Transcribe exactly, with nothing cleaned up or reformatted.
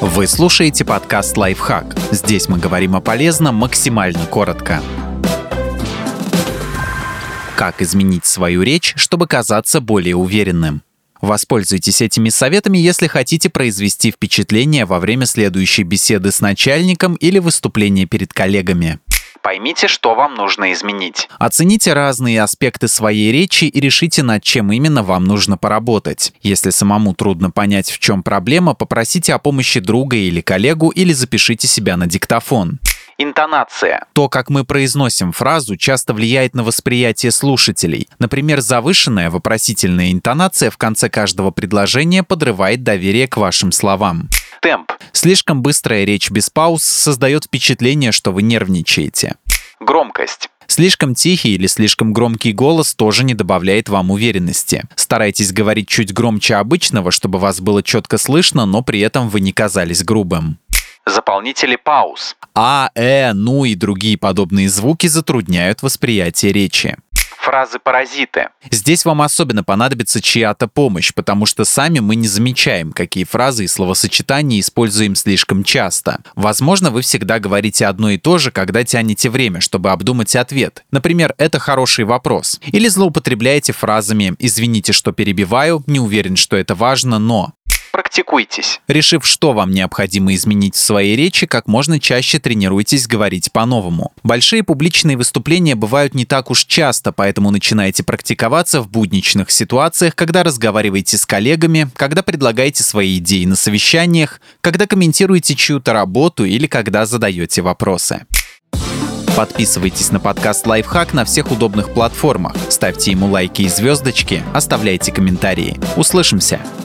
Вы слушаете подкаст «Лайфхак». Здесь мы говорим о полезном максимально коротко. Как изменить свою речь, чтобы казаться более уверенным? Воспользуйтесь этими советами, если хотите произвести впечатление во время следующей беседы с начальником или выступления перед коллегами. Поймите, что вам нужно изменить. Оцените разные аспекты своей речи и решите, над чем именно вам нужно поработать. Если самому трудно понять, в чем проблема, попросите о помощи друга или коллегу или запишите себя на диктофон. Интонация. То, как мы произносим фразу, часто влияет на восприятие слушателей. Например, завышенная вопросительная интонация в конце каждого предложения подрывает доверие к вашим словам. Темп. Слишком быстрая речь без пауз создает впечатление, что вы нервничаете. Громкость. Слишком тихий или слишком громкий голос тоже не добавляет вам уверенности. Старайтесь говорить чуть громче обычного, чтобы вас было четко слышно, но при этом вы не казались грубым. Заполнители пауз. А, э, ну и другие подобные звуки затрудняют восприятие речи. Фразы-паразиты. Здесь вам особенно понадобится чья-то помощь, потому что сами мы не замечаем, какие фразы и словосочетания используем слишком часто. Возможно, вы всегда говорите одно и то же, когда тянете время, чтобы обдумать ответ. Например, «это хороший вопрос». Или злоупотребляете фразами «извините, что перебиваю», «не уверен, что это важно, но». Практикуйтесь. Решив, что вам необходимо изменить в своей речи, как можно чаще тренируйтесь говорить по-новому. Большие публичные выступления бывают не так уж часто, поэтому начинайте практиковаться в будничных ситуациях, когда разговариваете с коллегами, когда предлагаете свои идеи на совещаниях, когда комментируете чью-то работу или когда задаете вопросы. Подписывайтесь на подкаст «Лайфхак» на всех удобных платформах, ставьте ему лайки и звездочки, оставляйте комментарии. Услышимся!